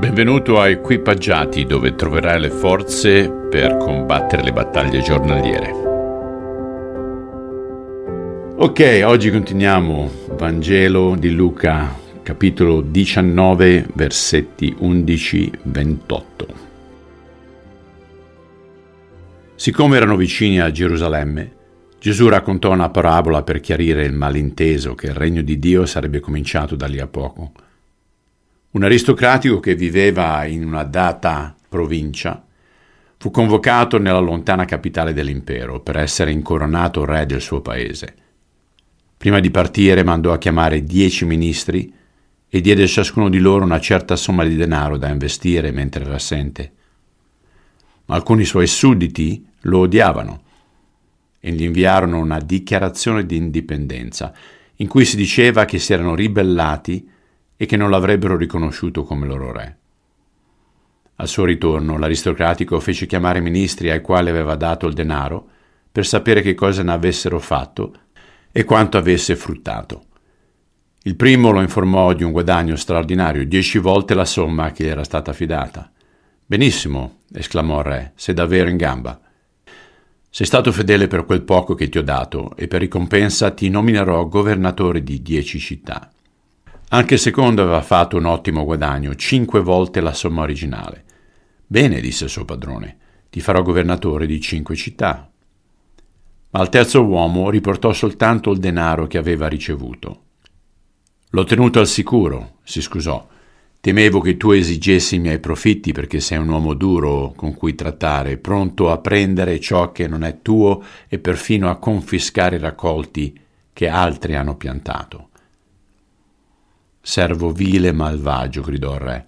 Benvenuto a Equipaggiati, dove troverai le forze per combattere le battaglie giornaliere. Ok, oggi continuiamo Vangelo di Luca, capitolo 19, versetti 11-28. Siccome erano vicini a Gerusalemme, Gesù raccontò una parabola per chiarire il malinteso che il regno di Dio sarebbe cominciato da lì a poco. Un aristocratico che viveva in una data provincia fu convocato nella lontana capitale dell'impero per essere incoronato re del suo paese. Prima di partire mandò a chiamare 10 ministri e diede a ciascuno di loro una certa somma di denaro da investire mentre era assente. Ma alcuni suoi sudditi lo odiavano e gli inviarono una dichiarazione di indipendenza in cui si diceva che si erano ribellati e che non l'avrebbero riconosciuto come loro re. Al suo ritorno, l'aristocratico fece chiamare i ministri ai quali aveva dato il denaro per sapere che cosa ne avessero fatto e quanto avesse fruttato. Il primo lo informò di un guadagno straordinario, 10 volte la somma che gli era stata affidata. «Benissimo», esclamò il re, «sei davvero in gamba. Sei stato fedele per quel poco che ti ho dato e per ricompensa ti nominerò governatore di 10 città». Anche il secondo aveva fatto un ottimo guadagno, 5 volte la somma originale. «Bene», disse il suo padrone, «ti farò governatore di 5 città». Ma al terzo uomo riportò soltanto il denaro che aveva ricevuto. «L'ho tenuto al sicuro», si scusò. «Temevo che tu esigessi i miei profitti perché sei un uomo duro con cui trattare, pronto a prendere ciò che non è tuo e perfino a confiscare i raccolti che altri hanno piantato». «Servo vile e malvagio», gridò il re.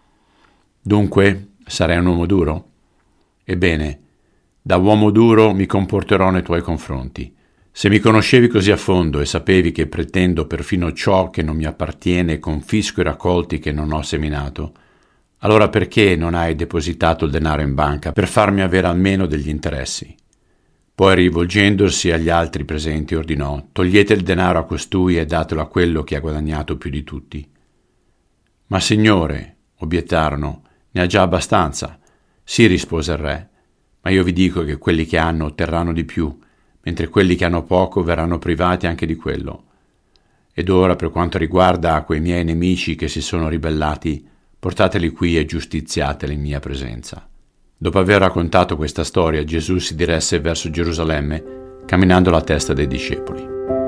«Dunque sarai un uomo duro? Ebbene, da uomo duro mi comporterò nei tuoi confronti. Se mi conoscevi così a fondo e sapevi che pretendo perfino ciò che non mi appartiene e confisco i raccolti che non ho seminato, allora perché non hai depositato il denaro in banca per farmi avere almeno degli interessi?» Poi, rivolgendosi agli altri presenti, ordinò: «Togliete il denaro a costui e datelo a quello che ha guadagnato più di tutti». «Ma signore», obiettarono, «ne ha già abbastanza». «Sì», rispose il re, «ma io vi dico che quelli che hanno otterranno di più, mentre quelli che hanno poco verranno privati anche di quello. Ed ora, per quanto riguarda quei miei nemici che si sono ribellati, portateli qui e giustiziateli in mia presenza». Dopo aver raccontato questa storia, Gesù si diresse verso Gerusalemme, camminando alla testa dei discepoli.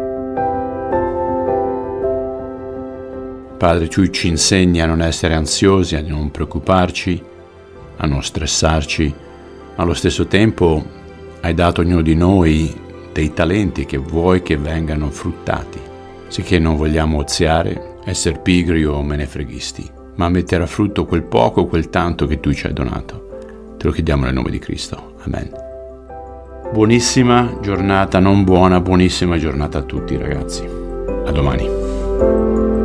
Padre, tu ci insegni a non essere ansiosi, a non preoccuparci, a non stressarci, ma allo stesso tempo hai dato a ognuno di noi dei talenti che vuoi che vengano fruttati, sicché non vogliamo oziare, essere pigri o menefreghisti, ma mettere a frutto quel poco o quel tanto che tu ci hai donato. Te lo chiediamo nel nome di Cristo. Amen. Buonissima giornata, non buona, buonissima giornata a tutti, ragazzi. A domani.